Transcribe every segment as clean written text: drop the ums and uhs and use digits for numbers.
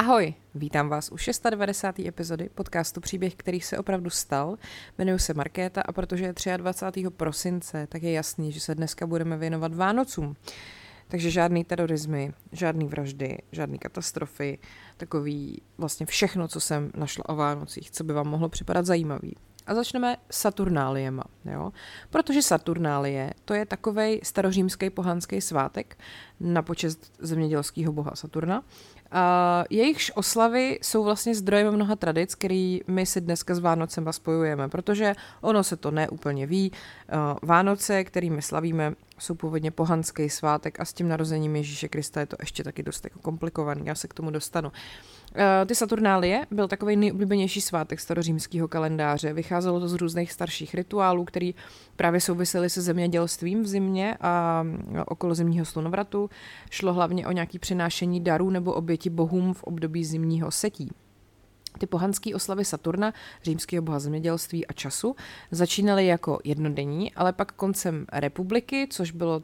Ahoj, vítám vás u 690. epizody podcastu Příběh, který se opravdu stal. Jmenuji se Markéta a protože je 23. prosince, tak je jasný, že se dneska budeme věnovat Vánocům. Takže žádný terorismy, žádný vraždy, žádný katastrofy, takový vlastně všechno, co jsem našla o Vánocích, co by vám mohlo připadat zajímavý. A začneme Saturnáliema, jo? Protože Saturnálie to je takovej starořímský pohanský svátek na počest zemědělského boha Saturna. A jejichž oslavy jsou vlastně zdrojem mnoha tradic, který my si dneska s Vánocem spojujeme, protože ono se to neúplně ví. Vánoce, kterými slavíme, jsou původně pohanský svátek a s tím narozením Ježíše Krista je to ještě taky dost jako komplikovaný, já se k tomu dostanu. Ty Saturnálie byl takový nejoblíbenější svátek starořímského kalendáře. Vycházelo to z různých starších rituálů, který právě souvisely se zemědělstvím v zimě a okolo zimního slunovratu. Šlo hlavně o nějaké přinášení darů nebo oběti bohům v období zimního setí. Ty pohanské oslavy Saturna, římského boha zemědělství a času, začínaly jako jednodenní, ale pak koncem republiky, což bylo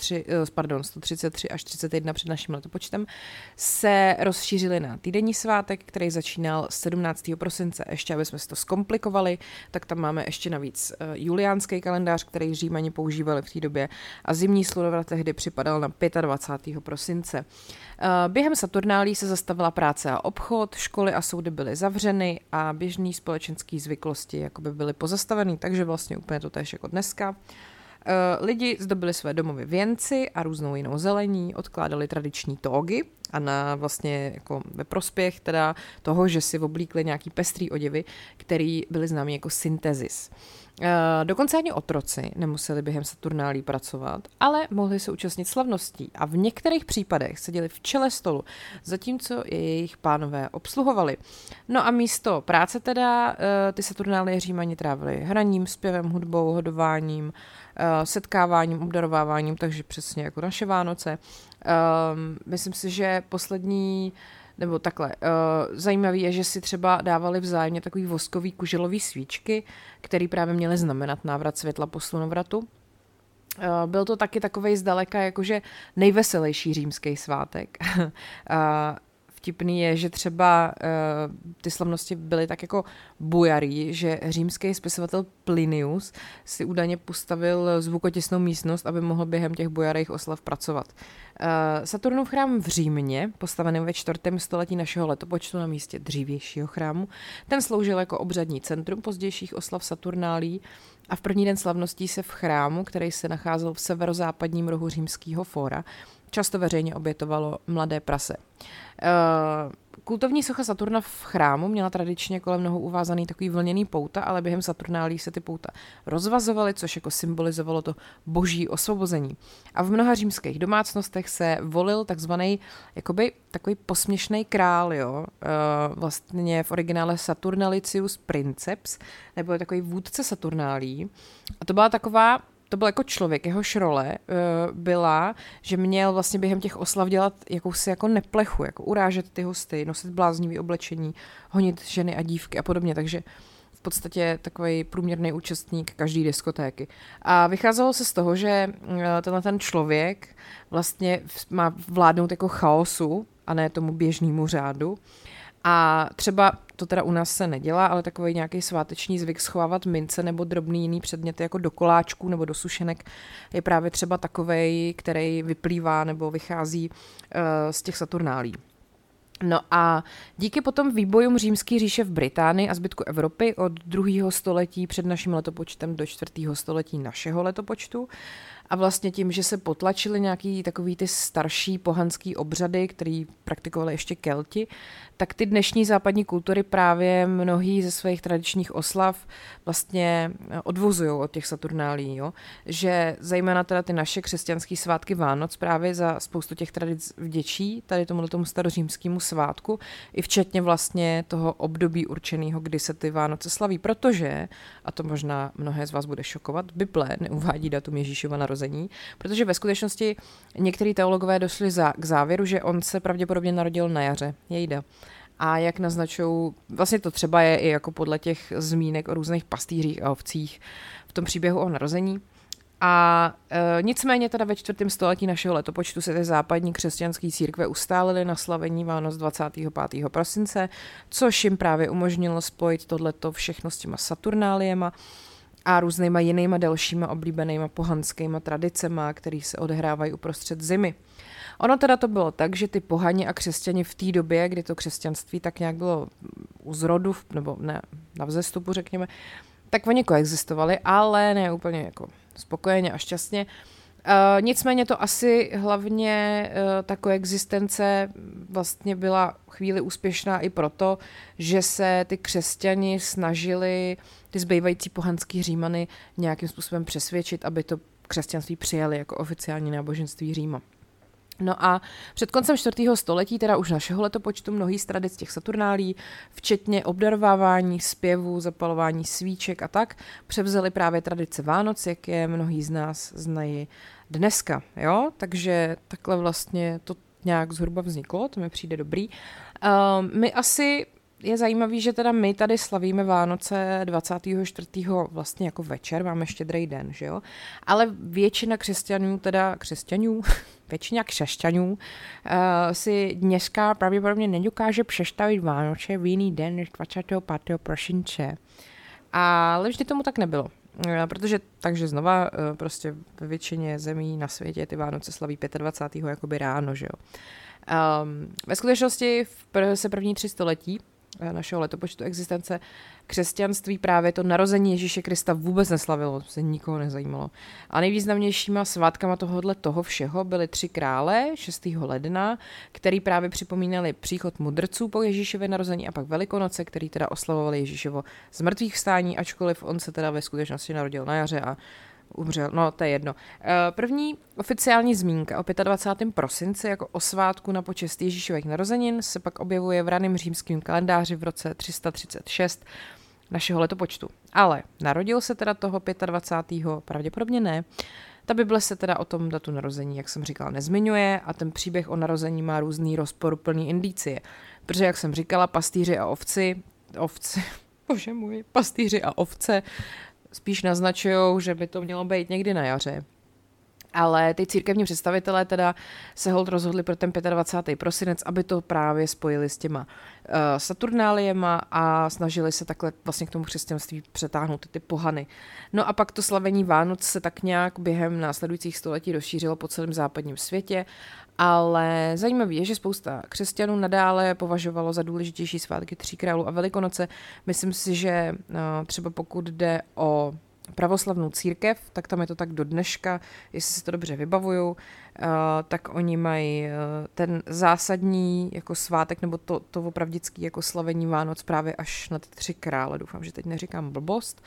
133 až 31 před naším letopočtem, se rozšířily na týdenní svátek, který začínal 17. prosince. Ještě, aby jsme si to zkomplikovali, tak tam máme ještě navíc juliánský kalendář, který Římani používali v té době a zimní slunovrat tehdy připadal na 25. prosince. Během Saturnálí se zastavila práce a obchod, školy a soudy byly zavřeny a běžné společenské zvyklosti jakoby byly pozastaveny, takže vlastně úplně to též jako dneska. Lidi zdobili své domovy věnci a různou jinou zelení, odkládali tradiční tógy a na vlastně jako ve prospěch teda toho, že si oblíkli nějaký pestrý oděvy, který byly známý jako syntezis. Dokonce ani otroci nemuseli během Saturnálí pracovat, ale mohli se účastnit slavností a v některých případech seděli v čele stolu, zatímco je jejich pánové obsluhovali. No a místo práce teda ty Saturnálie Římani trávili hraním, zpěvem, hudbou, hodováním, setkáváním, obdarováváním, takže přesně jako naše Vánoce. Myslím si, že nebo takhle, zajímavý je, že si třeba dávali vzájemně takový voskový kuželový svíčky, který právě měly znamenat návrat světla po slunovratu. Byl to taky takovej zdaleka jakože nejveselější římský svátek. Vtipný je, že třeba ty slavnosti byly tak jako bujarý, že římský spisovatel Plinius si údajně postavil zvukotěsnou místnost, aby mohl během těch bujarých oslav pracovat. Saturnův chrám v Římě, postavený ve 4. století našeho letopočtu na místě dřívějšího chrámu, ten sloužil jako obřadní centrum pozdějších oslav Saturnálí a v první den slavností se v chrámu, který se nacházel v severozápadním rohu římského fóra, často veřejně obětovalo mladé prase. Kultovní socha Saturna v chrámu měla tradičně kolem nohou uvázaný takový vlněný pouta, ale během Saturnálí se ty pouta rozvazovaly, což jako symbolizovalo to boží osvobození. A v mnoha římských domácnostech se volil takzvaný jakoby takový posměšný král, jo? Vlastně v originále Saturnalicius princeps, nebo takový vůdce Saturnálí. A to byl jako člověk, jehož role byla, že měl vlastně během těch oslav dělat jakousi jako neplechu, jako urážet ty hosty, nosit bláznivý oblečení, honit ženy a dívky a podobně, takže v podstatě takový průměrný účastník každý diskotéky. A vycházelo se z toho, že ten člověk vlastně má vládnout jako chaosu a ne tomu běžnému řádu. A třeba to teda u nás se nedělá, ale takový nějaký sváteční zvyk schovávat mince nebo drobný jiný předměty jako do koláčků nebo do sušenek je právě třeba takovej, který vyplývá nebo vychází z těch Saturnálí. No a díky potom výbojům římské říše v Británii a zbytku Evropy od 2. století před naším letopočtem do 4. století našeho letopočtu a vlastně tím, že se potlačily nějaký takový ty starší pohanský obřady, který praktikovali ještě Kelti, tak ty dnešní západní kultury právě mnohý ze svých tradičních oslav vlastně odvozují od těch Saturnálí, jo? Že zejména teda ty naše křesťanské svátky Vánoc právě za spoustu těch tradic vděčí tady tomu starořímskému svátku, i včetně vlastně toho období určeného, kdy se ty Vánoce slaví, protože, a to možná mnohé z vás bude šokovat, Bible neuvádí datum Ježíšova narození, protože ve skutečnosti některý teologové došli k závěru, že on se pravděpodobně narodil na jaře, jejda. A jak naznačují, vlastně to třeba je i jako podle těch zmínek o různých pastýřích a ovcích v tom příběhu o narození. A nicméně teda ve 4. století našeho letopočtu se ty západní křesťanské církve ustálily na slavení Vánoc 25. prosince, což jim právě umožnilo spojit tohleto všechno s těma Saturnáliema a různýma jinýma dalšíma oblíbenýma pohanskýma tradicema, které se odehrávají uprostřed zimy. Ono teda to bylo tak, že ty pohani a křesťani v té době, kdy to křesťanství tak nějak bylo u zrodu, nebo ne, na vzestupu řekněme, tak oni koexistovali, ale ne úplně jako spokojeně a šťastně. Nicméně to asi hlavně ta koexistence vlastně byla chvíli úspěšná i proto, že se ty křesťani snažili ty zbývající pohanský Římany nějakým způsobem přesvědčit, aby to křesťanství přijali jako oficiální náboženství Říma. No a před koncem 4. století, teda už našeho letopočtu, mnohý z tradic těch Saturnálí, včetně obdarovávání, zpěvu, zapalování svíček a tak, převzali právě tradice Vánoc, jak je mnohý z nás znají dneska. Jo? Takže takhle vlastně to nějak zhruba vzniklo, to mi přijde dobrý. My asi je zajímavý, že teda my tady slavíme Vánoce 24. vlastně jako večer, máme Štědrý den, že jo? Ale většina většina křesťanů si dneska pravděpodobně nedokáže představit Vánoce v jiný den než 25. prosince. Ale vždy tomu tak nebylo. Protože takže znova prostě ve většině zemí na světě ty Vánoce slaví 25. jakoby ráno, že jo? Ve skutečnosti se první 3 století našeho letopočtu existence křesťanství právě to narození Ježíše Krista vůbec neslavilo, se nikoho nezajímalo. A nejvýznamnějšíma svátkama toho všeho byly 3 krále 6. ledna, který právě připomínali příchod mudrců po Ježíšově narození a pak Velikonoce, který teda oslavovali Ježíšovo zmrtvých vstání, ačkoliv on se teda ve skutečnosti narodil na jaře a umřel, no to je jedno. První oficiální zmínka o 25. prosinci jako o svátku na počest Ježíšových narozenin se pak objevuje v raném římském kalendáři v roce 336 našeho letopočtu. Ale narodil se teda toho 25. pravděpodobně ne. Ta Bible se teda o tom datu narození, jak jsem říkala, nezmiňuje a ten příběh o narození má různý rozporuplný indicie. Protože, jak jsem říkala, pastýři a ovce spíš naznačují, že by to mělo být někdy na jaře. Ale ty církevní představitelé teda se holt rozhodli pro ten 25. prosinec, aby to právě spojili s těma Saturnáliema a snažili se takhle vlastně k tomu křesťanství přetáhnout ty pohany. No a pak to slavení Vánoc se tak nějak během následujících století rozšířilo po celém západním světě, ale zajímavé je, že spousta křesťanů nadále považovalo za důležitější svátky 3 králů a Velikonoce. Myslím si, že třeba pokud jde o pravoslavnou církev, tak tam je to tak do dneška, jestli si to dobře vybavuju, tak oni mají ten zásadní jako svátek, nebo to opravdický jako slavení Vánoc právě až na ty 3 krále. Doufám, že teď neříkám blbost.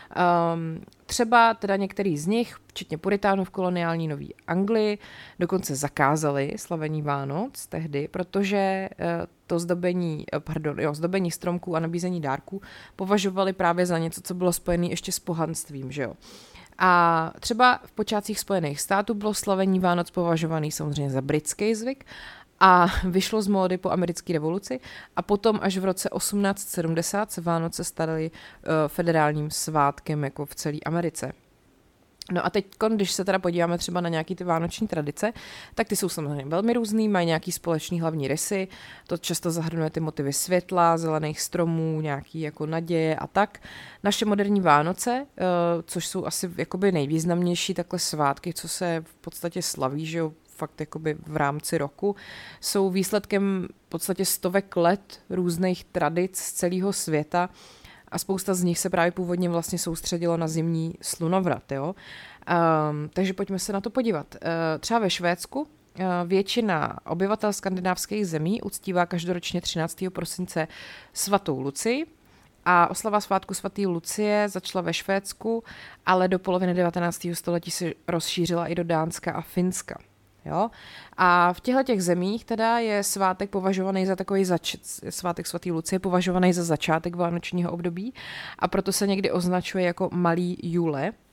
Třeba teda některý z nich, včetně puritánů v koloniální Nový Anglii, dokonce zakázali slavení Vánoc tehdy, protože to zdobení stromků a nabízení dárků považovali právě za něco, co bylo spojené ještě s pohanstvím, že jo. A třeba v počátcích Spojených států bylo slavení Vánoc považovaný samozřejmě za britský zvyk a vyšlo z módy po americké revoluci a potom až v roce 1870 se Vánoce staly federálním svátkem jako v celé Americe. No a teď, když se teda podíváme třeba na nějaký ty vánoční tradice, tak ty jsou samozřejmě velmi různý, mají nějaký společný hlavní rysy, to často zahrnuje ty motivy světla, zelených stromů, nějaký jako naděje a tak. Naše moderní Vánoce, což jsou asi jakoby nejvýznamnější takhle svátky, co se v podstatě slaví, že jo, fakt jakoby v rámci roku, jsou výsledkem v podstatě stovek let různých tradic z celého světa, a spousta z nich se právě původně vlastně soustředilo na zimní slunovrat. Jo? Takže pojďme se na to podívat. Třeba ve Švédsku většina obyvatel skandinávských zemí uctívá každoročně 13. prosince svatou Lucii a oslava svátku svaté Lucie začala ve Švédsku, ale do poloviny 19. století se rozšířila i do Dánska a Finska. Jo? A v těchto zemích teda je svátek považovaný za takový svátek svatý Lucie považovaný za začátek vánočního období a proto se někdy označuje jako malý jule.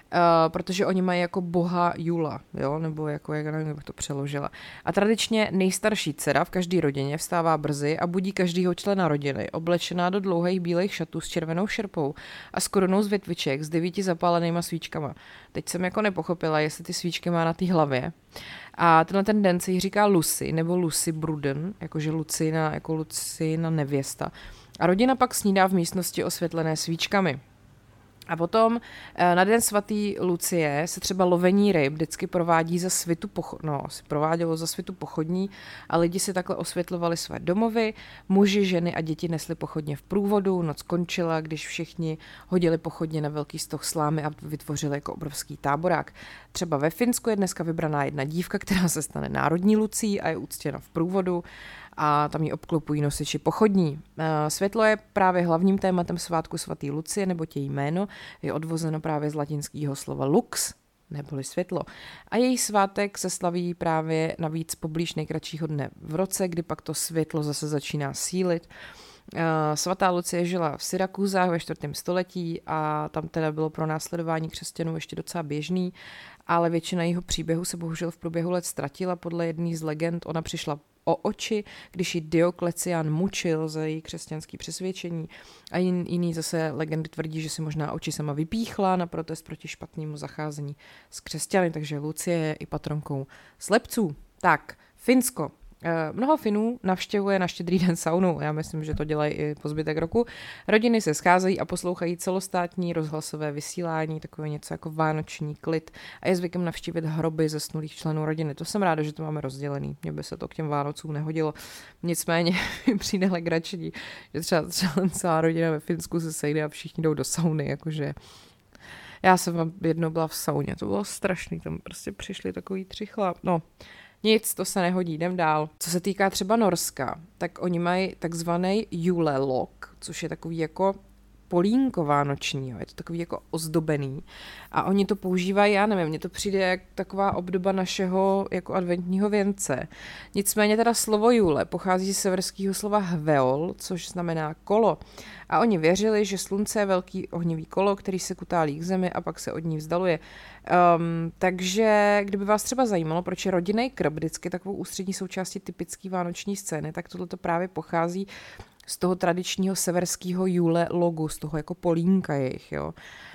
protože oni mají jako boha Jula, jo, nebo jako, jak nevím, jak bych to přeložila. A tradičně nejstarší dcera v každé rodině vstává brzy a budí každýho člena rodiny, oblečená do dlouhých bílých šatů s červenou šerpou a s korunou z větviček s 9 zapálenýma svíčkama. Teď jsem jako nepochopila, jestli ty svíčky má na té hlavě. A tenhle ten den se jí říká Lucy, nebo Lucy Bruden, jakože Lucina, jako Lucina nevěsta. A rodina pak snídá v místnosti osvětlené svíčkami. A potom na den svatý Lucie se třeba lovení ryb vždycky provádí provádělo za svitu pochodní a lidi si takhle osvětlovali své domovy, muži, ženy a děti nesli pochodně v průvodu, noc končila, když všichni hodili pochodně na velký stoh slámy a vytvořili jako obrovský táborák. Třeba ve Finsku je dneska vybraná jedna dívka, která se stane národní Lucí a je uctěna v průvodu a tam ji obklopují nosiči pochodní. Světlo je právě hlavním tématem svátku svatý Lucie, nebo její jméno je odvozeno právě z latinského slova lux, neboli světlo. A její svátek se slaví právě navíc poblíž nejkratšího dne v roce, kdy pak to světlo zase začíná sílit. Svatá Lucie žila v Syrakúzách ve 4. století a tam teda bylo pro následování křesťanů ještě docela běžný, ale většina jeho příběhu se bohužel v průběhu let ztratila. Podle jedné z legend ona přišla o oči, když ji Dioklecián mučil za její křesťanské přesvědčení a jiný zase legendy tvrdí, že si možná oči sama vypíchla na protest proti špatnému zacházení s křesťany, takže Lucie je i patronkou slepců. Tak, Finsko. Mnoho Finů navštěvuje na Štědrý den saunu, já myslím, že to dělají i po zbytek roku. Rodiny se scházejí a poslouchají celostátní rozhlasové vysílání, takové něco jako vánoční klid a je zvykem navštívit hroby zesnulých členů rodiny. To jsem ráda, že to máme rozdělený, mně by se to k těm Vánocům nehodilo. Nicméně mi přijde legrační, že třeba celá rodina ve Finsku se sejde a všichni jdou do sauny, jakože já jsem jednou byla v sauně, to bylo strašný, tam prostě přišli takový 3 Nic, to se nehodí, jdem dál. Co se týká třeba Norska, tak oni mají takzvaný julelok, což je takový jako polínko vánoční, je to takový jako ozdobený a oni to používají, já nevím, mně to přijde jak taková obdoba našeho jako adventního věnce. Nicméně teda slovo jule pochází z severského slova hveol, což znamená kolo. A oni věřili, že slunce je velký ohnivý kolo, který se kutálí k zemi a pak se od ní vzdaluje. Takže kdyby vás třeba zajímalo, proč je rodinný krb vždycky takovou ústřední součástí typické vánoční scény, tak tohle to právě pochází z toho tradičního severského jule logu, z toho jako polínka jejich, jo.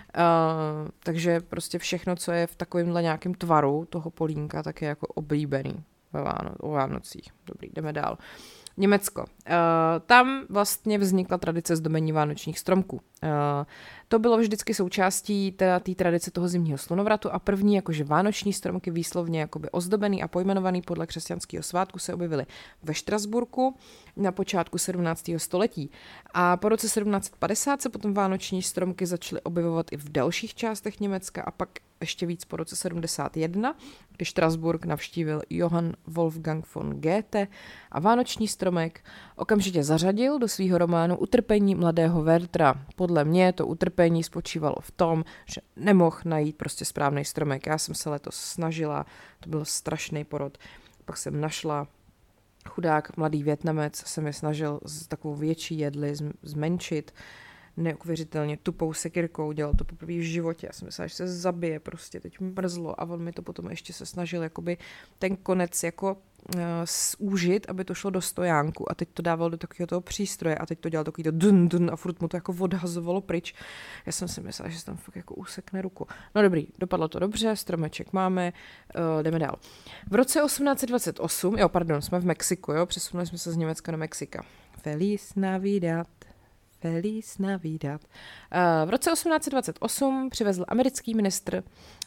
Takže prostě všechno, co je v takovémhle nějakém tvaru toho polínka, tak je jako oblíbený o Vánocích. Dobrý, jdeme dál. Německo. Tam vlastně vznikla tradice zdobení vánočních stromků. To bylo vždycky součástí té tradice toho zimního slunovratu a první jakože vánoční stromky výslovně jakoby ozdobený a pojmenovaný podle křesťanského svátku se objevily ve Štrasburku na počátku 17. století. A po roce 1750 se potom vánoční stromky začaly objevovat i v dalších částech Německa a pak ještě víc po roce 71, když Štrasburg navštívil Johann Wolfgang von Goethe a vánoční stromek okamžitě zařadil do svého románu Utrpení mladého Werthera. Podle mě to utrpení spočívalo v tom, že nemohl najít prostě správný stromek. Já jsem se letos snažila, to byl strašný porod. Pak jsem našla chudák mladý Vietnamec, se mi snažil z takovou větší jedli zmenšit, neuvěřitelně tupou sekyrkou, dělal to poprvé v životě. Já jsem myslela, že se zabije prostě, teď mi mrzlo a on mi to potom ještě se snažil jakoby ten konec jako zúžit, aby to šlo do stojánku a teď to dával do takového toho přístroje a teď to dělal takový to dun a furt mu to jako odhazovalo pryč. Já jsem si myslela, že se tam fakt jako usekne ruku. No dobrý, dopadlo to dobře, stromeček máme, jdeme dál. V roce 1828, jsme v Mexiku, přesunuli jsme se z Německa do Mexika. Feliz Navidad. Feliz Navidad. V roce 1828 přivezl americký ministr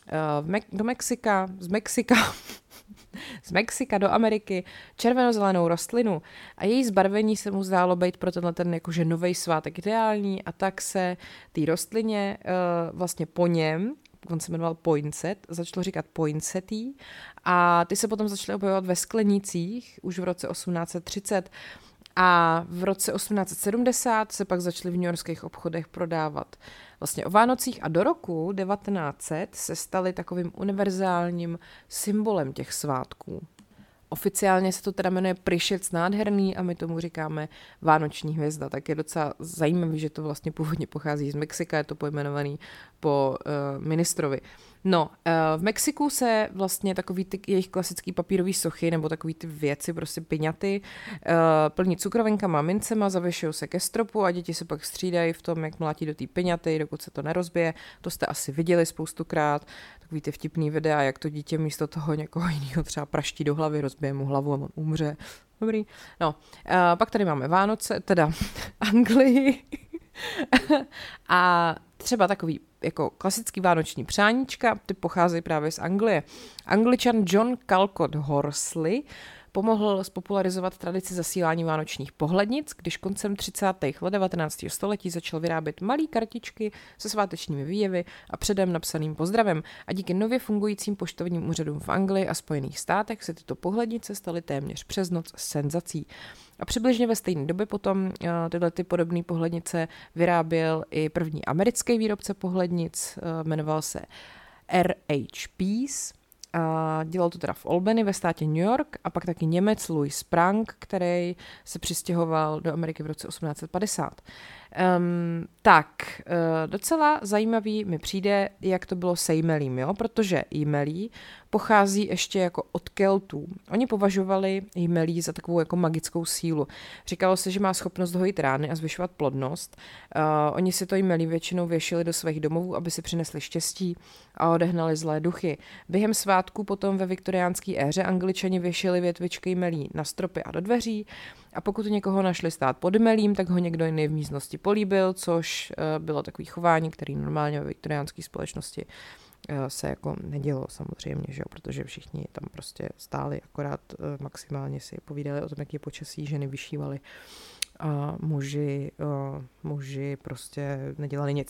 z Mexika do Ameriky červenozelenou rostlinu a její zbarvení se mu zdálo být pro ten jakože novej svátek ideální a tak se té rostlině vlastně po něm, on se jmenoval poinset, začalo říkat poinsetý a ty se potom začaly objevovat ve sklenících už v roce 1830 a v roce 1870 se pak začaly v newyorských obchodech prodávat vlastně o Vánocích a do roku 1900 se staly takovým univerzálním symbolem těch svátků. Oficiálně se to teda jmenuje Pryšec nádherný a my tomu říkáme Vánoční hvězda. Tak je docela zajímavý, že to vlastně původně pochází z Mexika, je to pojmenovaný po ministrovi. No, v Mexiku se vlastně takový ty jejich klasický papírový sochy nebo takový ty věci, prostě piňaty, plní cukrovinkama, mincema, zavěšují se ke stropu a děti se pak střídají v tom, jak mlátí do té piňaty, dokud se to nerozbije. To jste asi viděli spoustukrát, takový ty vtipný videa, jak to dítě místo toho někoho jiného třeba praští do hlavy, rozbije mu hlavu a on umře. Dobrý. No, pak tady máme Vánoce, teda Anglii. A třeba takový jako klasický vánoční přáníčka, ty pocházejí právě z Anglie. Angličan John Callcott Horsley pomohl spopularizovat tradici zasílání vánočních pohlednic, když koncem 30. let 19. století začal vyrábět malé kartičky se svátečními výjevy a předem napsaným pozdravem. A díky nově fungujícím poštovním úřadům v Anglii a Spojených státech se tyto pohlednice staly téměř přes noc senzací. A přibližně ve stejné době potom tyhle ty podobné pohlednice vyráběl i první americký výrobce pohlednic, jmenoval se R.H. Pease. A dělal to teda v Albany ve státě New York a pak taky Němec Louis Sprang, který se přistěhoval do Ameriky v roce 1850. Docela zajímavý mi přijde, jak to bylo se jmelím, jo? Protože jmelí pochází ještě jako od Keltů. Oni považovali jmelí za takovou jako magickou sílu. Říkalo se, že má schopnost hojit rány a zvyšovat plodnost. Oni si to jmelí většinou věšili do svých domovů, aby si přinesli štěstí a odehnali zlé duchy. Během svátků potom ve viktoriánské éře Angličani věšili větvičky jmelí na stropy a do dveří. A pokud někoho našli stát pod jmelím, tak ho někdo jiný v místnosti políbil, což bylo takové chování, které normálně ve viktoriánské společnosti se jako nedělo samozřejmě, že jo? Protože všichni tam prostě stáli, akorát maximálně si povídali o tom, jak je počasí, ženy vyšívali a muži prostě nedělali nic.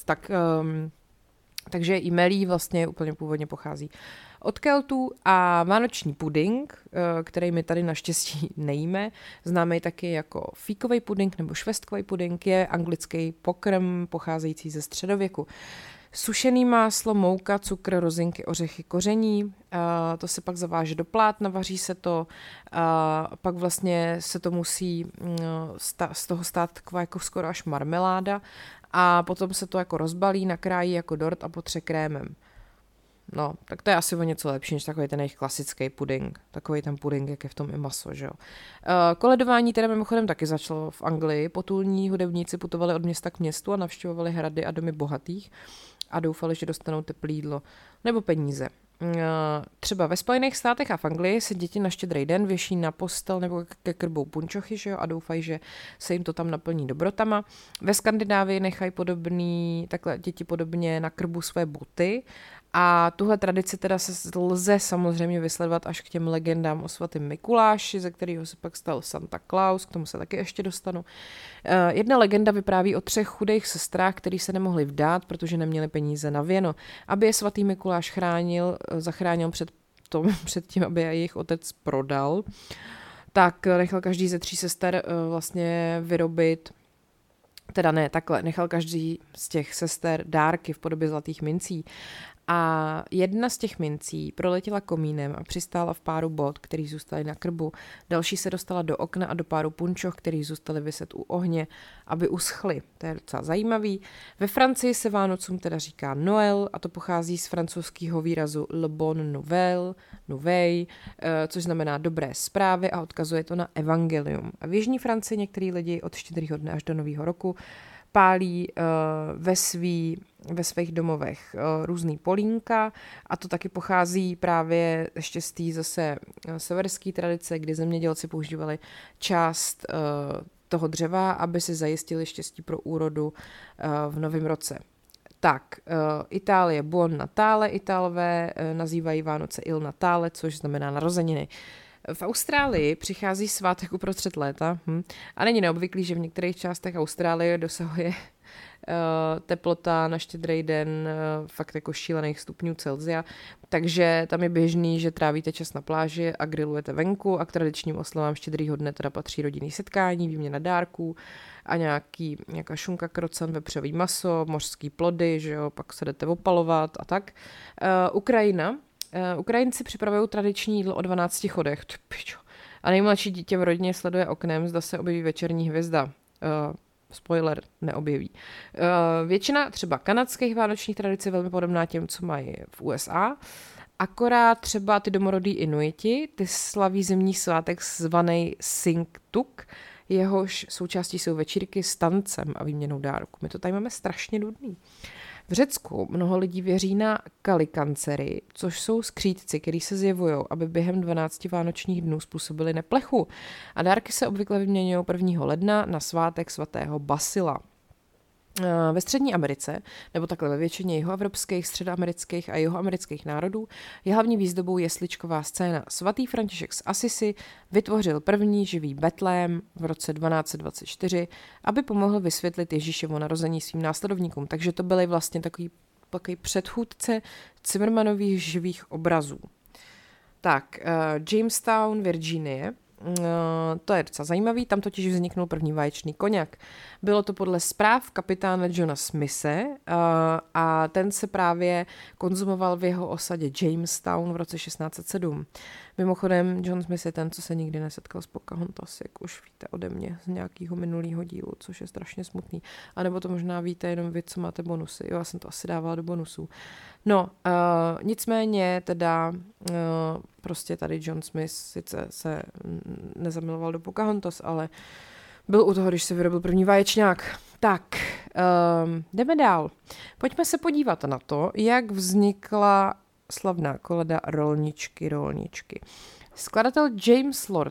Takže jmelí vlastně úplně původně pochází od Keltů a vánoční puding, který my tady naštěstí nejíme, známý taky jako fíkový puding nebo švestkový puding, je anglický pokrm pocházející ze středověku. Sušený máslo, mouka, cukr, rozinky, ořechy, koření, to se pak zaváže do plátna, vaří se to, pak vlastně se to musí z toho stát taková jako skoro až marmeláda a potom se to jako rozbalí, nakrájí jako dort a potře krémem. No, tak to je asi o něco lepší, než takový ten jejich klasický puding. Takový ten puding, jak je v tom i maso, že jo. Koledování teda mimochodem taky začalo v Anglii. Potulní hudebníci putovali od města k městu a navštěvovali hrady a domy bohatých a doufali, že dostanou teplé jídlo nebo peníze. Třeba ve Spojených státech a v Anglii se děti na Štědrý den věší na postel nebo ke krbou punčochy, že jo, a doufají, že se jim to tam naplní dobrotama. Ve Skandinávii nechají takhle děti podobně na krbu své boty a tuhle tradici teda se lze samozřejmě vysledovat až k těm legendám o svatém Mikuláši, ze kterého se pak stal Santa Claus, k tomu se taky ještě dostanu. Jedna legenda vypráví o 3 chudých sestrách, který se nemohli vdát, protože neměli peníze na věno. Aby je svatý Mikuláš zachránil před tím, aby je jejich otec prodal, tak nechal každý ze 3 sester vlastně vyrobit, nechal každý z těch sester dárky v podobě zlatých mincí. A jedna z těch mincí proletěla komínem a přistála v páru bot, který zůstaly na krbu. Další se dostala do okna a do páru punčoch, který zůstaly viset u ohně, aby uschly. To je docela zajímavý. Ve Francii se Vánocům teda říká Noël a to pochází z francouzského výrazu Le bon nouvelle, což znamená dobré zprávy a odkazuje to na evangelium. A v jižní Francii některý lidi od Štědrýho dne až do Nového roku pálí ve svých domovech různý polínka a to taky pochází právě ještě z té zase severské tradice, kdy zemědělci používali část toho dřeva, aby si zajistili štěstí pro úrodu v novém roce. Tak, Itálie Buon Natale, Italové nazývají Vánoce Il Natale, což znamená narozeniny. V Austrálii přichází svátek uprostřed léta a není neobvyklý, že v některých částech Austrálie dosahuje teplota na Štědrý den fakt jako šílených stupňů Celsia, takže tam je běžný, že trávíte čas na pláži a grillujete venku a k tradičním oslavám Štědrýho dne teda patří rodinný setkání, výměna dárků a nějaká šunka, krocan, vepřový maso, mořský plody, že jo, pak se jdete opalovat a tak. Ukrajinci připravují tradiční jídlo o 12 chodech. a nejmladší dítě v rodině sleduje oknem, zda se objeví večerní hvězda. Spoiler, neobjeví. Většina třeba kanadských vánočních tradic je velmi podobná těm, co mají v USA, akorát třeba ty domorodí Inuiti, ty slaví zimní svátek zvaný Singtuk, jehož součástí jsou večírky s tancem a výměnou dárků. My to tady máme strašně nudný. V Řecku mnoho lidí věří na kalikancery, což jsou skřítci, který se zjevují, aby během 12 vánočních dnů způsobili neplechu. A dárky se obvykle vyměňují 1. ledna na svátek svatého Basila. Ve Střední Americe, nebo takhle ve většině jihoevropských, středoamerických a jihoamerických národů, je hlavní výzdobou jesličková scéna. Svatý František z Assisi vytvořil první živý betlém v roce 1224, aby pomohl vysvětlit Ježíšovo narození svým následovníkům. Takže to byly vlastně takový předchůdce Zimmermanových živých obrazů. Tak, Jamestown, Virginie. To je docela zajímavý, tam totiž vzniknul první vaječný koněk. Bylo to podle zpráv kapitána Johna Smithe a ten se právě konzumoval v jeho osadě Jamestown v roce 1607. Mimochodem, John Smith je ten, co se nikdy nesetkal s Pocahontas, jak už víte ode mě z nějakého minulého dílu, což je strašně smutný. A nebo to možná víte jenom vy, co máte bonusy. Jo, já jsem to asi dávala do bonusů. No, nicméně teda prostě tady John Smith sice se nezamiloval do Pocahontas, ale byl u toho, když se vyrobil první vaječňák. Tak, jdeme dál. Pojďme se podívat na to, jak vznikla slavná koleda Rolničky. Skladatel James Lord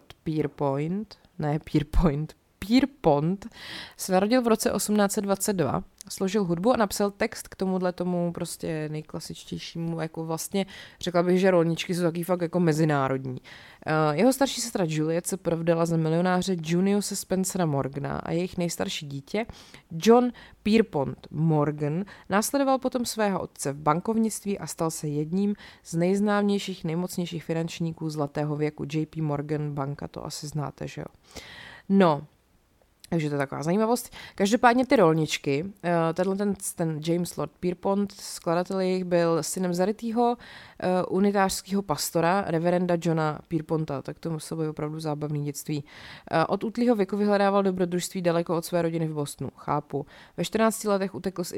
Pierpont se narodil v roce 1822, složil hudbu a napsal text k tomu prostě nejklasičtějšímu, jako vlastně řekla bych, že rolničky jsou taky fakt jako mezinárodní. Jeho starší sestra Juliet se provdala za milionáře Juniuse Spencera Morgana a jejich nejstarší dítě John Pierpont Morgan následoval potom svého otce v bankovnictví a stal se jedním z nejznámějších, nejmocnějších finančníků zlatého věku. JP Morgan banka, to asi znáte, že jo? No, takže to je taková zajímavost. Každopádně ty rolničky, ten James Lord Pierpont, skladatel jejich, byl synem zarytýho unitářského pastora, reverenda Johna Pierponta, tak to muselo být opravdu zábavný dětství. Od útlýho věku vyhledával dobrodružství daleko od své rodiny v Bostonu, chápu. Ve 14 letech utekl z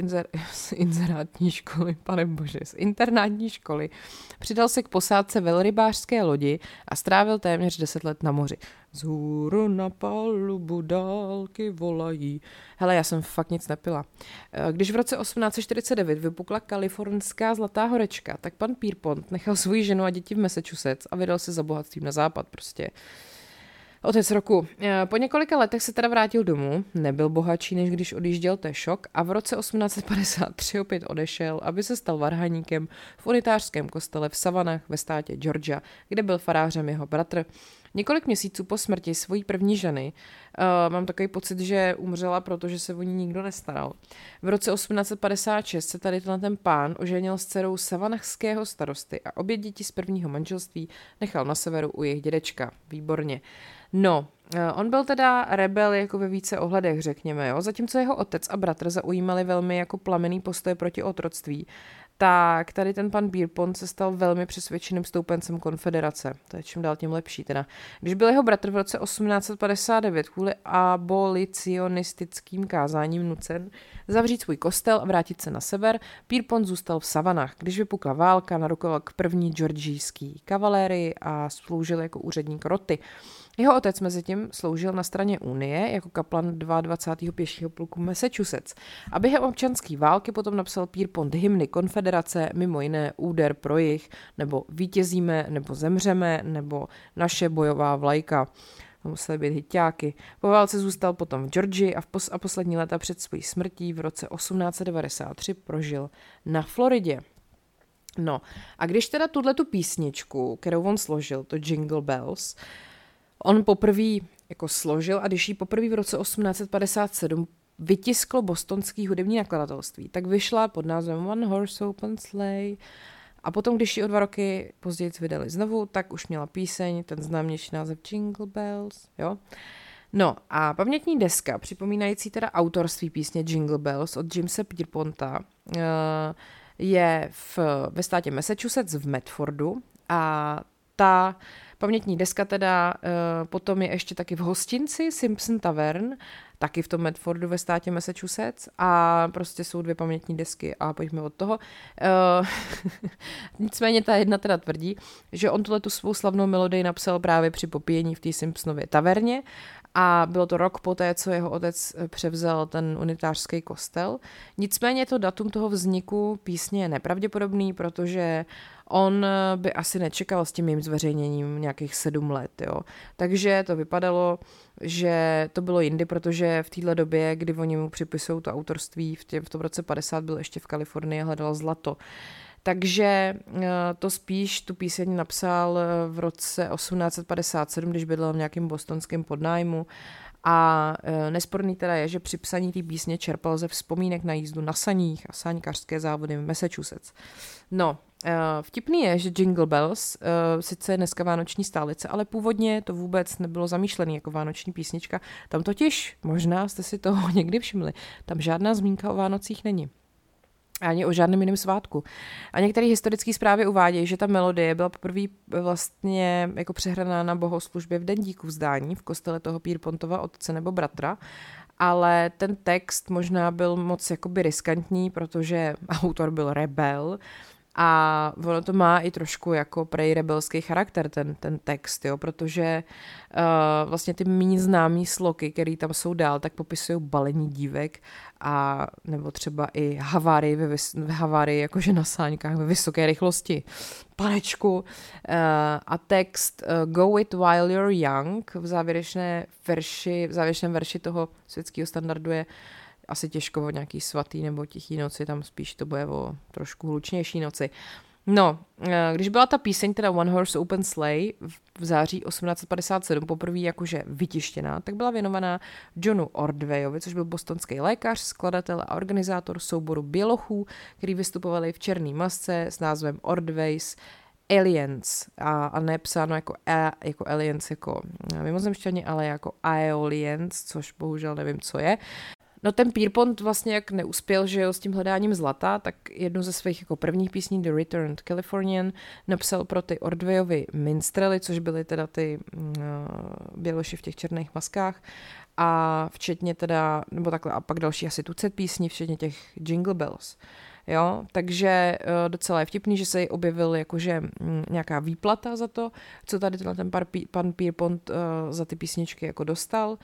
internátní školy, přidal se k posádce velrybářské lodi a strávil téměř 10 let na moři. Zhůru na palubu dálky volají. Hele, já jsem fakt nic nepila. Když v roce 1849 vypukla kalifornská zlatá horečka, tak pan Pierpont nechal svoji ženu a děti v Massachusetts a vydal se za bohatstvím na západ prostě. Otec roku. Po několika letech se teda vrátil domů, nebyl bohatší, než když odjížděl, to je šok, a v roce 1853 opět odešel, aby se stal varhaníkem v unitářském kostele v Savanách ve státě Georgia, kde byl farářem jeho bratr. Několik měsíců po smrti svojí první ženy, mám takový pocit, že umřela, protože se o ní nikdo nestaral. V roce 1856 se tady ten pán oženil s dcerou savanachského starosty a obě děti z prvního manželství nechal na severu u jejich dědečka. Výborně. No, on byl teda rebel jako ve více ohledech, řekněme, jo. Zatímco jeho otec a bratr zaujímali velmi jako plamenný postoj proti otroctví, tak tady ten pan Pierpont se stal velmi přesvědčeným stoupencem konfederace. To je čím dál tím lepší teda. Když byl jeho bratr v roce 1859 kvůli abolicionistickým kázáním nucen zavřít svůj kostel a vrátit se na sever, Pierpont zůstal v Savanách. Když vypukla válka, narukoval k první georgijský kavalérii a sloužil jako úředník roty. Jeho otec mezitím sloužil na straně Unie jako kaplan 22. pěšího pluku Massachusetts. A během občanské války potom napsal Pierpont hymny konfederace, mimo jiné Úder pro jih, nebo Vítězíme, nebo Zemřeme, nebo Naše bojová vlajka. To musely být hiťáky. Po válce zůstal potom v Georgii a poslední léta před svojí smrtí v roce 1893 prožil na Floridě. No a když teda tuhletu písničku, kterou on složil, to Jingle Bells, on poprvé jako složil a když ji poprvé v roce 1857 vytisklo bostonský hudební nakladatelství, tak vyšla pod názvem One Horse Open Sleigh a potom, když ji o 2 roky později vydali znovu, tak už měla píseň, ten známější název Jingle Bells, jo. No a pamětní deska, připomínající teda autorství písně Jingle Bells od Jamese Pierponta, je ve státě Massachusetts v Medfordu a ta Pamětní deska teda potom je ještě taky v hostinci Simpson Tavern, taky v tom Medfordu ve státě Massachusetts a prostě jsou 2 pamětní desky a pojďme od toho. Nicméně ta jedna teda tvrdí, že on tu svou slavnou melodii napsal právě při popíjení v té Simpsonově taverně a bylo to rok poté, co jeho otec převzal ten unitářský kostel. Nicméně to datum toho vzniku písně je nepravděpodobný, protože on by asi nečekal s tím mým zveřejněním nějakých 7 let, jo. Takže to vypadalo, že to bylo jindy, protože v téhle době, kdy oni mu připisují to autorství, v tom roce 50 byl ještě v Kalifornii a hledal zlato. Takže to spíš tu píseň napsal v roce 1857, když bydlel v nějakém bostonském podnájmu. A nesporný teda je, že při psaní té písně čerpal ze vzpomínek na jízdu na saních a sáňkařské závody v Massachusetts. No, vtipný je, že Jingle Bells sice je dneska vánoční stálice, ale původně to vůbec nebylo zamýšlené jako vánoční písnička. Tam totiž, možná jste si toho někdy všimli, tam žádná zmínka o Vánocích není. Ani o žádném jiném svátku. A některé historické zprávy uvádějí, že ta melodie byla poprvé vlastně jako přehraná na bohoslužbě v den díku vzdání v kostele toho Pierpontova otce nebo bratra, ale ten text možná byl moc jakoby riskantní, protože autor byl rebel a ono to má i trošku jako prej rebelský charakter, ten text, jo, protože vlastně ty méně známý sloky, které tam jsou dál, tak popisují balení dívek a nebo třeba i havárii jakože na sáňkách ve vysoké rychlosti. Panečku. A text Go it while you're young v závěrečném verši toho světského standardu je asi těžko o nějaký svatý nebo tichý noci, tam spíš to bude o trošku hlučnější noci. No, když byla ta píseň, teda One Horse Open Sleigh v září 1857 poprvé jakože vytištěná, tak byla věnovaná Johnu Ordwayovi, což byl bostonský lékař, skladatel a organizátor souboru bělochů, který vystupovali v černé masce s názvem Ordways Aliens a nepsáno jako aliens, jako mimozemšťani, ale jako Aeolians, což bohužel nevím, co je. No ten Pierpont vlastně jak neuspěl, že jo, s tím hledáním zlata, tak jednu ze svých jako prvních písní The Returned Californian napsal pro ty Ordwayovy minstrely, což byly teda ty běloši v těch černých maskách a včetně teda, nebo takhle a pak další asi tucet písní, včetně těch Jingle Bells. Jo, takže docela je vtipný, že se jí objevil jakože nějaká výplata za to, co tady ten pan Pierpont za ty písničky jako dostal.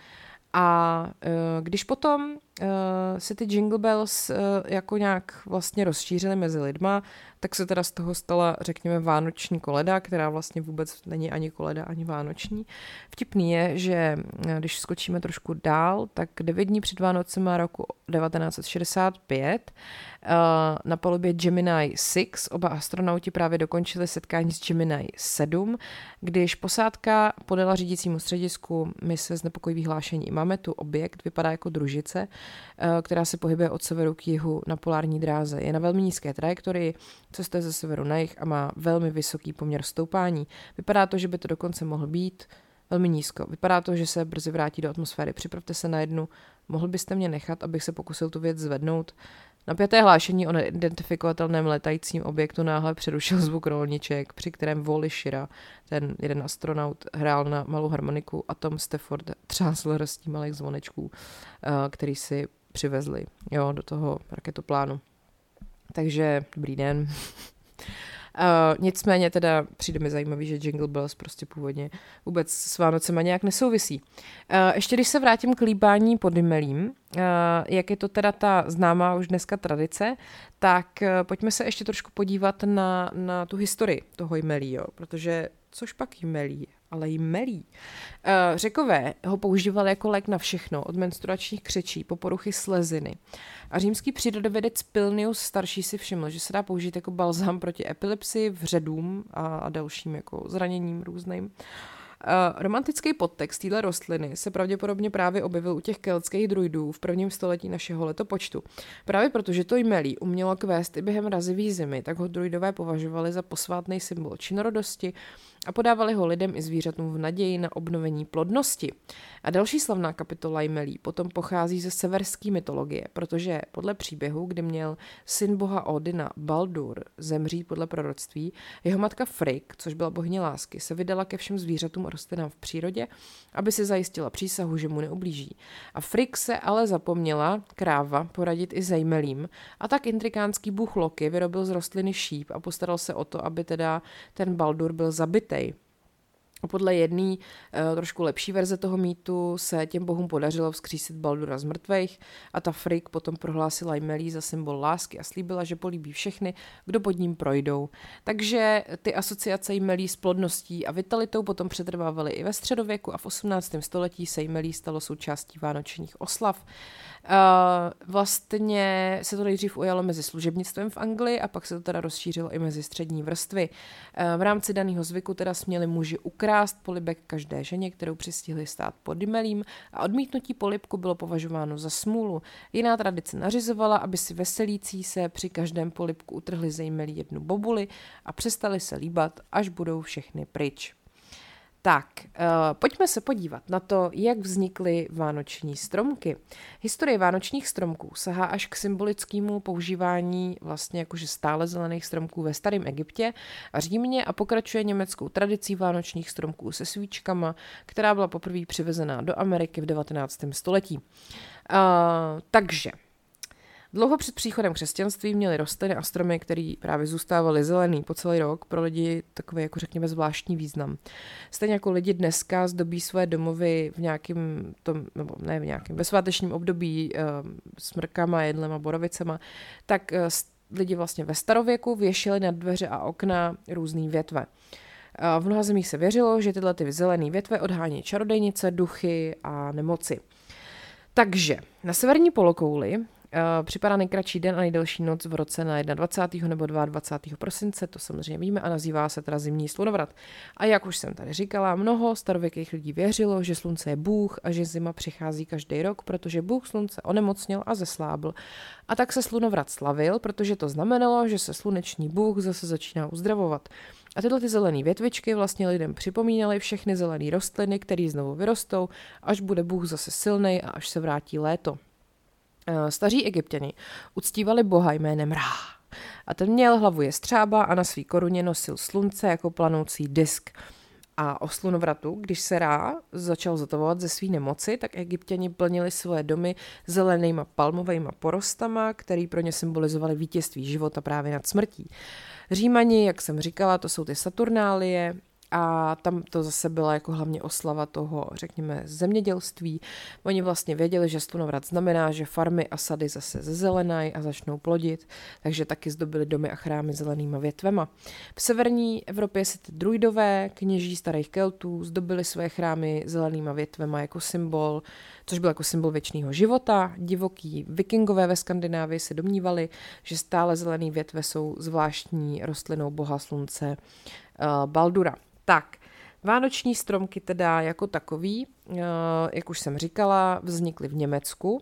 A když potom se ty Jingle Bells jako nějak vlastně rozšířily mezi lidma, tak se teda z toho stala, řekněme, vánoční koleda, která vlastně vůbec není ani koleda, ani vánoční. Vtipný je, že když skočíme trošku dál, tak 9 dní před Vánocema roku 1965 na palubě Gemini 6 oba astronauti právě dokončili setkání s Gemini 7, když posádka podala řídícímu středisku mise znepokojivých hlášení. Máme tu objekt, vypadá jako družice, která se pohybuje od severu k jihu na polární dráze. Je na velmi nízké trajektorii, cestuje ze severu na jih a má velmi vysoký poměr stoupání. Vypadá to, že by to dokonce mohl být velmi nízko. Vypadá to, že se brzy vrátí do atmosféry. Připravte se na jednu. Mohl byste mě nechat, abych se pokusil tu věc zvednout? Napjaté hlášení o neidentifikovatelném letajícím objektu náhle přerušil zvuk rolniček, při kterém Wally Schirra, ten jeden astronaut, hrál na malou harmoniku a Tom Stafford třásl hrstí malých zvonečků, který si přivezli do toho raketoplánu. Takže dobrý den. Nicméně teda přijde mi zajímavý, že Jingle Bells prostě původně vůbec s Vánocema nějak nesouvisí. Ještě když se vrátím k líbání pod jmelím, jak je to teda ta známá už dneska tradice, tak pojďme se ještě trošku podívat na tu historii toho jmelí, jo, protože což pak jmelí, ale jmelí. Řekové ho používali jako lék na všechno, od menstruačních křečí po poruchy sleziny. A římský přírodovědec Plinius starší si všiml, že se dá použít jako balzám proti epilepsii, vředům a dalším jako zraněním různým. Romantický podtext téhle rostliny se pravděpodobně právě objevil u těch keltských druidů v 1. století našeho letopočtu. Právě protože to jmelí umělo kvést i během mrazivý zimy, tak ho druidové považovali za posvátný symbol činorodosti a podávali ho lidem i zvířatům v naději na obnovení plodnosti. A další slavná kapitola jmelí potom pochází ze severské mytologie, protože podle příběhu, kdy měl syn boha Odina Baldur zemřít podle proroctví, jeho matka Frigg, což byla bohyně lásky, se vydala ke všem zvířatům a rostlinám v přírodě, aby si zajistila přísahu, že mu neublíží. A Frigg se ale zapomněla, kráva, poradit i s jmelím, a tak intrikánský bůh Loki vyrobil z rostliny šíp a postaral se o to, aby teda ten Baldur byl zabitej. Podle jedné trošku lepší verze toho mýtu se těm bohům podařilo vzkřísit Baldura z mrtvejch a ta Frigg potom prohlásila jmelí za symbol lásky a slíbila, že políbí všechny, kdo pod ním projdou. Takže ty asociace jmelí s plodností a vitalitou potom přetrvávaly i ve středověku a v 18. století se jmelí stalo součástí vánočních oslav. Vlastně se to nejdřív ujalo mezi služebnictvem v Anglii a pak se to teda rozšířilo i mezi střední vrstvy. V rámci daného zvyku teda směli muži ukrást polibek každé ženě, kterou přistihli stát pod jmelím, a odmítnutí polibku bylo považováno za smůlu. Jiná tradice nařizovala, aby si veselící se při každém polibku utrhli ze jmelí jednu bobuli a přestali se líbat, až budou všechny pryč. Tak, pojďme se podívat na to, jak vznikly vánoční stromky. Historie vánočních stromků sahá až k symbolickému používání vlastně jakože stále zelených stromků ve starém Egyptě a Římě a pokračuje německou tradicí vánočních stromků se svíčkama, která byla poprvé přivezená do Ameriky v 19. století. Takže dlouho před příchodem křesťanství měly rostliny a stromy, které právě zůstávaly zelený po celý rok, pro lidi takový, jako řekněme, zvláštní význam. Stejně jako lidi dneska zdobí své domovy v nějakém, nebo ne v nějakém, ve svátečním období smrkama, jedlema, borovicema, tak lidi vlastně ve starověku věšeli na dveře a okna různé větve. V mnoha zemích se věřilo, že tyhle ty zelené větve odhání čarodejnice, duchy a nemoci. Takže na severní polokouli připadá nejkratší den a nejdelší noc v roce na 21. nebo 22. prosince, to samozřejmě víme, a nazývá se teda zimní slunovrat. A jak už jsem tady říkala, mnoho starověkých lidí věřilo, že slunce je bůh a že zima přichází každý rok, protože bůh slunce onemocněl a zeslábl. A tak se slunovrat slavil, protože to znamenalo, že se sluneční bůh zase začíná uzdravovat. A tyhle ty zelené větvičky vlastně lidem připomínaly všechny zelené rostliny, které znovu vyrostou, až bude bůh zase silnej a až se vrátí léto. Staří Egypťani uctívali boha jménem Ra. A ten měl hlavu jestřába a na svý koruně nosil slunce jako planoucí disk. A o slunovratu, když se Ra začal zotavovat ze svý nemoci, tak Egypťani plnili svoje domy zelenýma palmovejma porostama, který pro ně symbolizovali vítězství života právě nad smrtí. Římani, jak jsem říkala, to jsou ty Saturnálie, a tam to zase byla jako hlavně oslava toho, řekněme, zemědělství. Oni vlastně věděli, že slunovrat znamená, že farmy a sady zase zezelenají a začnou plodit, takže taky zdobili domy a chrámy zelenýma větvema. V severní Evropě si ty druidové, kněží starých Keltů, zdobili své chrámy zelenýma větvema jako symbol, což byl jako symbol věčného života. Divoký vikingové ve Skandinávii se domnívali, že stále zelený větve jsou zvláštní rostlinou boha slunce Baldura. Tak, vánoční stromky teda jako takový, jak už jsem říkala, vznikly v Německu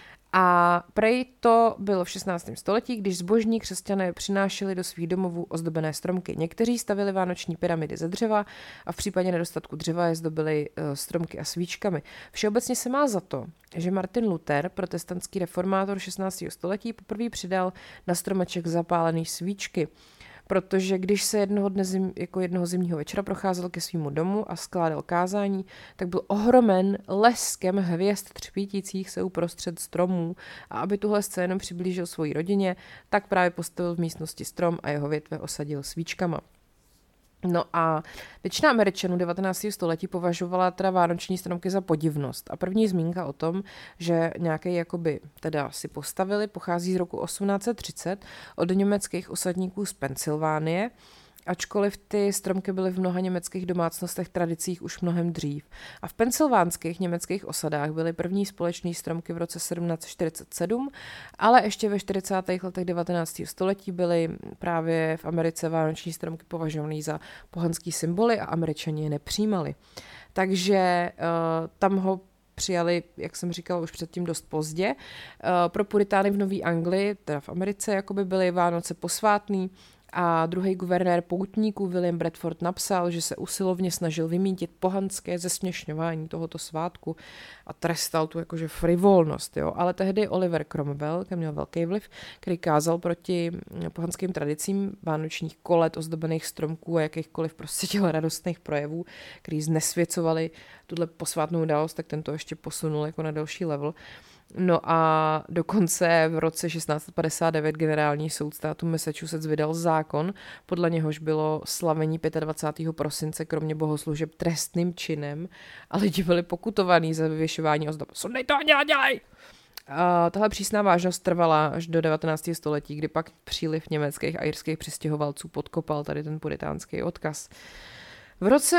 a prej to bylo v 16. století, když zbožní křesťané přinášeli do svých domovů ozdobené stromky. Někteří stavili vánoční pyramidy ze dřeva a v případě nedostatku dřeva je zdobili stromky a svíčkami. Všeobecně se má za to, že Martin Luther, protestantský reformátor 16. století, poprvé přidal na stromeček zapálený svíčky. Protože když se jednoho zimního večera procházel ke svému domu a skládal kázání, tak byl ohromen leskem hvězd třpítících se uprostřed stromů a aby tuhle scénu přiblížil svojí rodině, tak právě postavil v místnosti strom a jeho větve osadil svíčkama. No a většina Američanů 19. století považovala teda vánoční stromky za podivnost. A první zmínka o tom, že nějaké jakoby teda si postavili, pochází z roku 1830 od německých osadníků z Pensylvánie. ačkoliv ty stromky byly v mnoha německých domácnostech tradicích už mnohem dřív. A v pensylvánských německých osadách byly první společné stromky v roce 1747, ale ještě ve 40. letech 19. století byly právě v Americe vánoční stromky považované za pohanský symboly a Američani je nepřijímali. Takže tam ho přijali, jak jsem říkala, už předtím dost pozdě. Pro puritány v Nový Anglii, teda v Americe, jakoby byly Vánoce posvátný a druhý guvernér poutníků William Bradford napsal, že se usilovně snažil vymítit pohanské zesměšňování tohoto svátku a trestal tu jakože frivolnost. Jo? Ale tehdy Oliver Cromwell, který měl velký vliv, který kázal proti pohanským tradicím vánočních kolet, ozdobených stromků a jakýchkoliv prostě těch radostných projevů, který znesvěcovali tuhle posvátnou událost, tak ten to ještě posunul jako na další level. No a dokonce v roce 1659 generální soud státu Massachusetts vydal zákon, podle něhož bylo slavení 25. prosince kromě bohoslužeb trestným činem a lidi byli pokutovaní za vyvěšování ozdob. Sundej to a dělej! A tahle přísná vážnost trvala až do 19. století, kdy pak příliv německých a irských přistěhovalců podkopal tady ten puritánský odkaz. V roce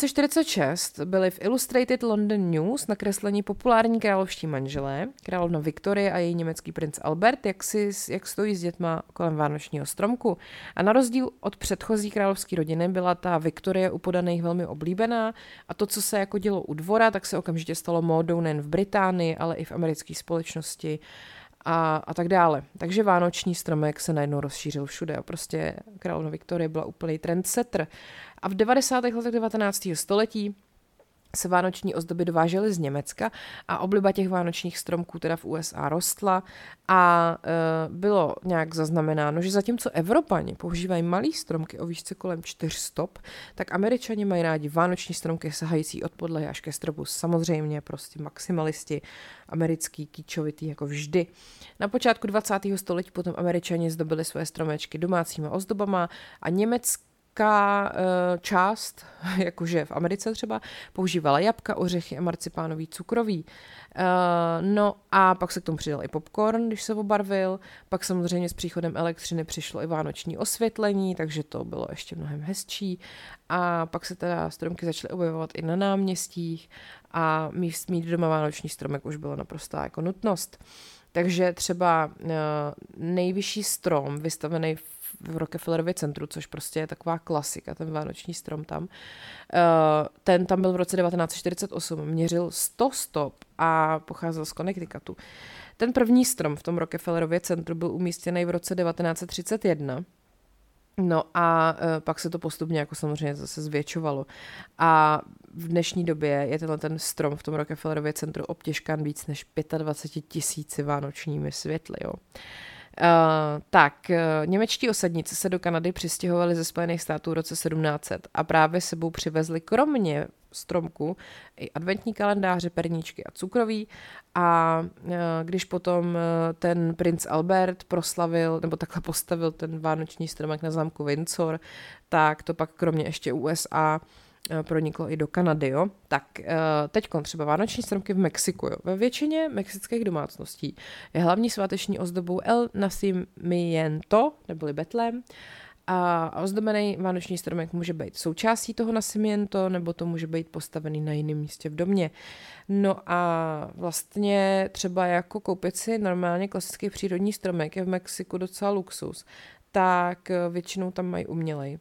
1846 byli v Illustrated London News nakresleni populární královští manželé, královna Viktorie a její německý princ Albert, jak stojí s dětma kolem vánočního stromku. A na rozdíl od předchozí královské rodiny byla ta Viktorie u podaných velmi oblíbená a to, co se jako dělo u dvora, tak se okamžitě stalo módou nejen v Británii, ale i v americké společnosti a tak dále. Takže vánoční stromek se najednou rozšířil všude a prostě královna Viktorie byla úplný trendsetter. A v 90. letech 19. století se vánoční ozdoby dovážely z Německa a obliba těch vánočních stromků teda v USA rostla a bylo nějak zaznamenáno, že zatímco Evropani používají malý stromky o výšce kolem 4 stop, tak Američani mají rádi vánoční stromky sahající od podlahy až ke stropu. Samozřejmě prostě maximalisti, americký, kýčovitý jako vždy. Na počátku 20. století potom Američani zdobili své stromečky domácíma ozdobama a část, jakože v Americe třeba, používala jabka, ořechy a marcipánový cukroví. No a pak se k tomu přidal i popcorn, když se obarvil. Pak samozřejmě s příchodem elektřiny přišlo i vánoční osvětlení, takže to bylo ještě mnohem hezčí. A pak se teda stromky začaly objevovat i na náměstích a mít doma vánoční stromek už bylo naprostá jako nutnost. Takže třeba nejvyšší strom vystavený v Rockefellerově centru, což prostě je taková klasika, ten vánoční strom tam. Ten tam byl v roce 1948, měřil 100 stop a pocházel z Connecticutu. Ten první strom v tom Rockefellerově centru byl umístěný v roce 1931. No a pak se to postupně jako samozřejmě zase zvětšovalo. A v dnešní době je ten strom v tom Rockefellerově centru obtěžkán víc než 25 000 vánočními světly. Jo. Němečtí osadníci se do Kanady přistěhovali ze Spojených států v roce 1700 a právě sebou přivezli kromě stromku i adventní kalendáře, perníčky a cukroví a když potom ten princ Albert proslavil, nebo takhle postavil ten vánoční stromek na zámku Windsor, tak to pak kromě ještě USA proniklo i do Kanady, jo. Tak teďkon třeba vánoční stromky v Mexiku, jo. Ve většině mexických domácností je hlavní sváteční ozdobou El Nacimiento, neboli Betlém, a ozdobený vánoční stromek může být součástí toho Nacimiento, nebo to může být postavený na jiném místě v domě. No a vlastně třeba jako koupit si normálně klasický přírodní stromek je v Mexiku docela luxus, tak většinou tam mají umělej.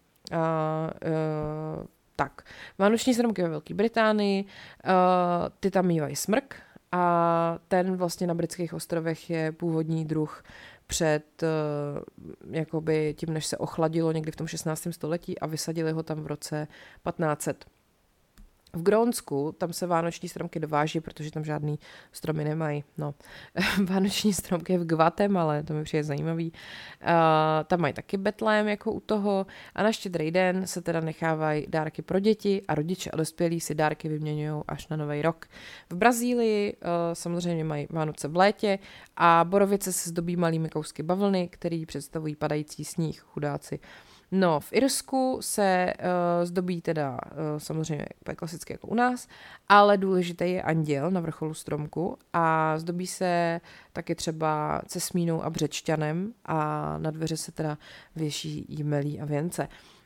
Tak, vánoční stromky ve Velké Británii, ty tam mývají smrk a ten vlastně na britských ostrovech je původní druh před jakoby tím, než se ochladilo někdy v tom 16. století a vysadili ho tam v roce 1500. V Grónsku tam se vánoční stromky dováží, protože tam žádný stromy nemají. No, vánoční stromky v Guatemala, to mi přijde zajímavý. Tam mají taky betlém jako u toho a na Štědrý den se teda nechávají dárky pro děti a rodiče a dospělí si dárky vyměňují až na Nový rok. V Brazílii samozřejmě mají Vánoce v létě a borovice se zdobí malými kousky bavlny, který představují padající sníh, chudáci. No, v Irsku se zdobí teda samozřejmě klasicky jako u nás, ale důležitý je anděl na vrcholu stromku a zdobí se taky třeba cesmínou a břečťanem a na dveře se teda věší jmelí a věnce.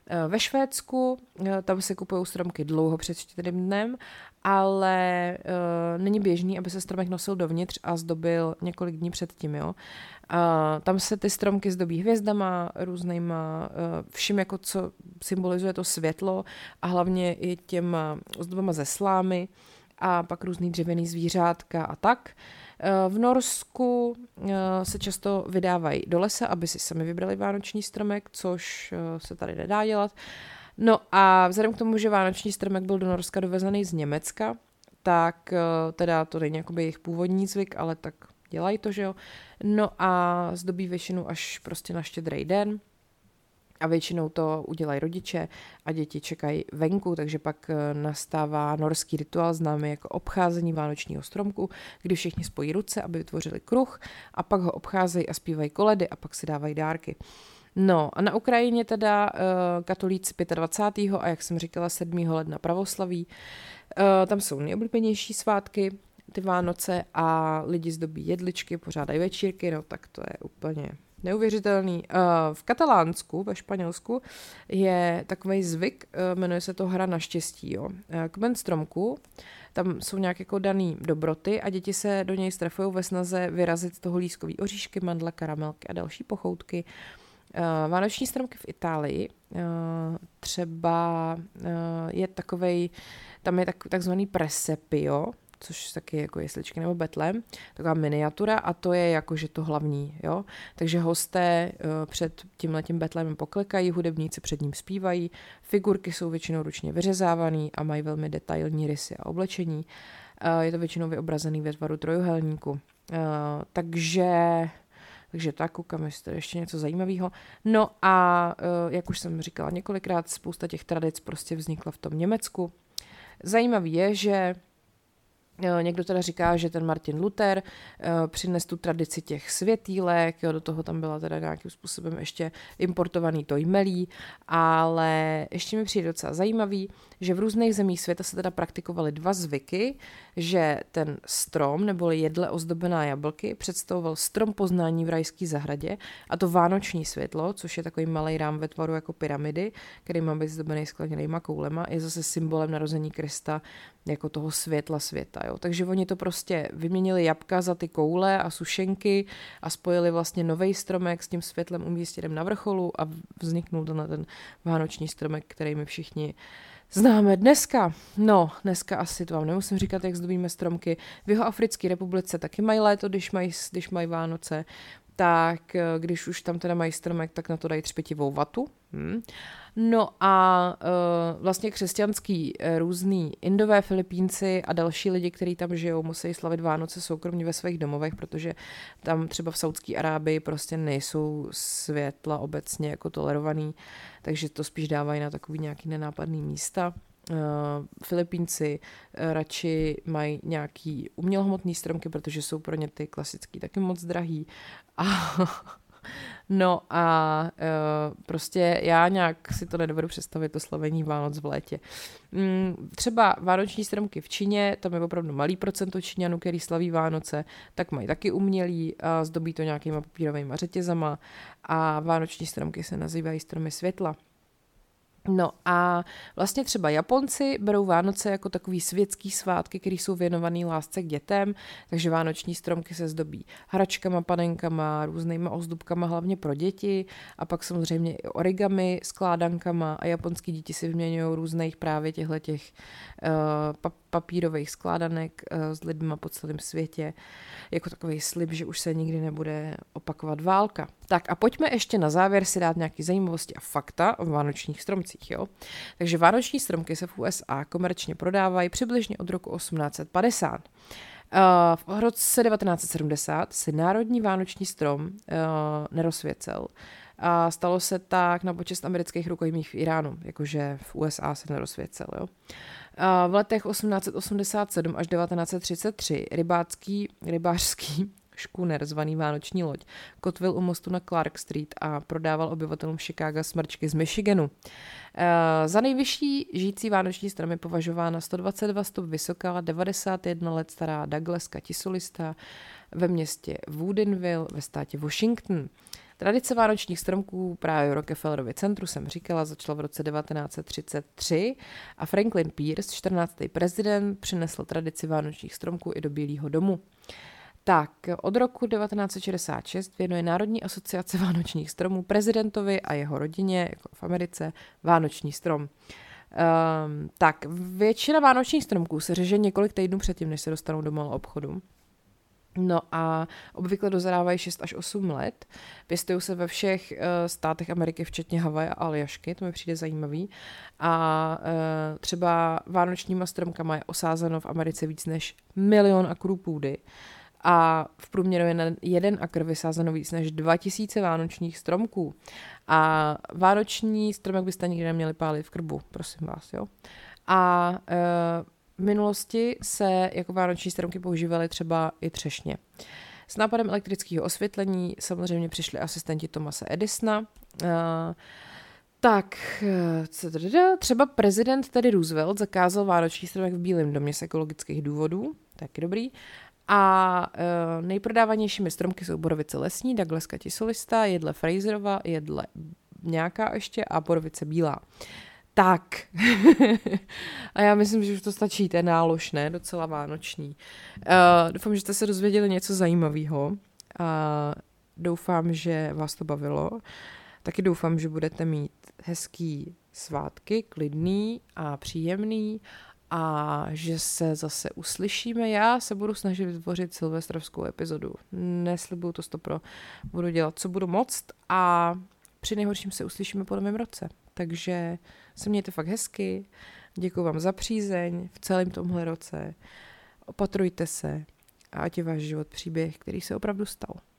Ve Švédsku tam se kupují stromky dlouho před 4. dnem, ale není běžný, aby se stromek nosil dovnitř a zdobil několik dní předtím, jo. Tam se ty stromky zdobí hvězdama, různýma, vším, jako co symbolizuje to světlo a hlavně i těma ozdobama ze slámy a pak různý dřevěný zvířátka a tak. V Norsku se často vydávají do lesa, aby si sami vybrali vánoční stromek, což se tady nedá dělat. No a vzhledem k tomu, že vánoční stromek byl do Norska dovezený z Německa, tak teda to není jakoby jejich původní zvyk, ale tak dělají to, že jo. No a zdobí většinu až prostě na Štědrý den. A většinou to udělají rodiče a děti čekají venku, takže pak nastává norský rituál známý jako obcházení vánočního stromku, kdy všichni spojí ruce, aby vytvořili kruh a pak ho obcházejí a zpívají koledy a pak si dávají dárky. No a na Ukrajině teda katolíci 25. a jak jsem říkala 7. ledna pravoslaví. Tam jsou nejoblíbenější svátky, ty Vánoce a lidi zdobí jedličky, pořádají večírky, no tak to je úplně neuvěřitelný. V Katalánsku, ve Španělsku, je takový zvyk, jmenuje se to hra na štěstí. Jo. Kmen stromku, tam jsou nějaké jako daný dobroty a děti se do něj strefují ve snaze vyrazit z toho lískový oříšky, mandle, karamelky a další pochoutky. Vánoční stromky v Itálii třeba je takovej, tam je takzvaný presepio, což taky jako jesličky nebo betlém, taková miniatura a to je jakože to hlavní, jo. Takže hosté před tímhletím betlémem poklekají, hudebníci před ním zpívají, figurky jsou většinou ručně vyřezávaný a mají velmi detailní rysy a oblečení. Je to většinou vyobrazený ve tvaru trojuhelníku. Takže tak, koukám, jestli to je ještě něco zajímavého. No a jak už jsem říkala několikrát, spousta těch tradic prostě vznikla v tom Německu. Zajímavý je, že někdo teda říká, že ten Martin Luther přines tu tradici těch světýlek, jo, do toho tam byla teda nějakým způsobem ještě importovaný to jmelí, ale ještě mi přijde docela zajímavý, že v různých zemích světa se teda praktikovaly dva zvyky, že ten strom neboli jedle ozdobená jablky představoval strom poznání v rajské zahradě a to vánoční světlo, což je takový malý rám ve tvaru jako pyramidy, který má být zdobený skleněnýma koulema, je zase symbolem narození Krista jako toho světla světa. Jo. Takže oni to prostě vyměnili jabka za ty koule a sušenky a spojili vlastně novej stromek s tím světlem umístěným na vrcholu a vzniknul ten vánoční stromek, který my všichni známe dneska. No, dneska asi to vám nemusím říkat, jak zdobíme stromky. V Jihoafrické republice taky mají léto, když mají Vánoce, tak když už tam teda mají stromek, tak na to dají třpitivou vatu. No a vlastně křesťanský různý Indové, Filipínci a další lidi, kteří tam žijou, musí slavit Vánoce soukromně ve svých domovech, protože tam třeba v Saudské Arábii prostě nejsou světla obecně jako tolerovaný, takže to spíš dávají na takový nějaký nenápadný místa. Filipínci radši mají nějaký umělohmotný stromky, protože jsou pro ně ty klasický taky moc drahý. No a prostě já nějak si to nedovedu představit, to slavení Vánoc v létě. Třeba vánoční stromky v Číně, tam je opravdu malý procento Číňanů, který slaví Vánoce, tak mají taky umělý a zdobí to nějakýma papírovými řetězama a vánoční stromky se nazývají stromy světla. No a vlastně třeba Japonci berou Vánoce jako takový světský svátky, které jsou věnovaný lásce k dětem, takže vánoční stromky se zdobí hračkama, panenkama, různýma ozdobkama, hlavně pro děti a pak samozřejmě i origami, skládankama a japonský děti si vyměňují různých právě těchto papírových skládanek s lidma po celém světě, jako takový slib, že už se nikdy nebude opakovat válka. Tak a pojďme ještě na závěr si dát nějaké zajímavosti a fakta o vánočních stromcích. Jo? Takže vánoční stromky se v USA komerčně prodávají přibližně od roku 1850. V roce 1970 se národní vánoční strom nerozsvěcel. A stalo se tak na počest amerických rukojmích v Iránu, jakože v USA se nerozsvěcel. Jo? V letech 1887 až 1933 rybářský škuner zvaný Vánoční loď kotvil u mostu na Clark Street a prodával obyvatelům Chicaga smrčky z Michiganu. Za nejvyšší žijící vánoční strom je považována 122 stop vysoká, 91 let stará Douglaska tisolista ve městě Woodinville ve státě Washington. Tradice vánočních stromků právě v Rockefellerově centru, jsem říkala, začala v roce 1933 a Franklin Pierce, 14. prezident, přinesl tradici vánočních stromků i do Bílého domu. Tak, od roku 1966 věnuje Národní asociace vánočních stromů prezidentovi a jeho rodině, jako v Americe, vánoční strom. Tak, většina vánočních stromků se řeže několik týdnů předtím, než se dostanou do malou obchodu. No a obvykle dozrávají 6 až 8 let. Pěstují se ve všech státech Ameriky, včetně Havaje a Aljašky, to mi přijde zajímavý. A třeba vánočníma stromkama je osázeno v Americe víc než 1 milion akrů půdy. A v průměru je na jeden akr vysázeno víc než 2000 vánočních stromků. A vánoční stromek byste nikdy neměli pálit v krbu, prosím vás, jo. A v minulosti se jako vánoční stromky používaly třeba i třešně. S nápadem elektrického osvětlení samozřejmě přišli asistenti Thomase Edisona. Tak, třeba prezident Teddy Roosevelt zakázal vánoční stromek v Bílém domě z ekologických důvodů, taky dobrý. A nejprodávanějšími stromky jsou borovice lesní, Douglaska tisolista, jedle Fraserova, jedle nějaká ještě a borovice bílá. Tak. A já myslím, že už to stačí, ten nálož, ne? Docela vánoční. Doufám, že jste se dozvěděli něco zajímavého a doufám, že vás to bavilo. Taky doufám, že budete mít hezký svátky, klidný a příjemný a že se zase uslyšíme. Já se budu snažit vytvořit silvestrovskou epizodu. Neslibuju to 100%. Budu dělat, co budu moct a při nejhorším se uslyšíme po novém roce. Takže se mějte fakt hezky, děkuji vám za přízeň v celém tomhle roce, opatrujte se a ať je váš život příběh, který se opravdu stal.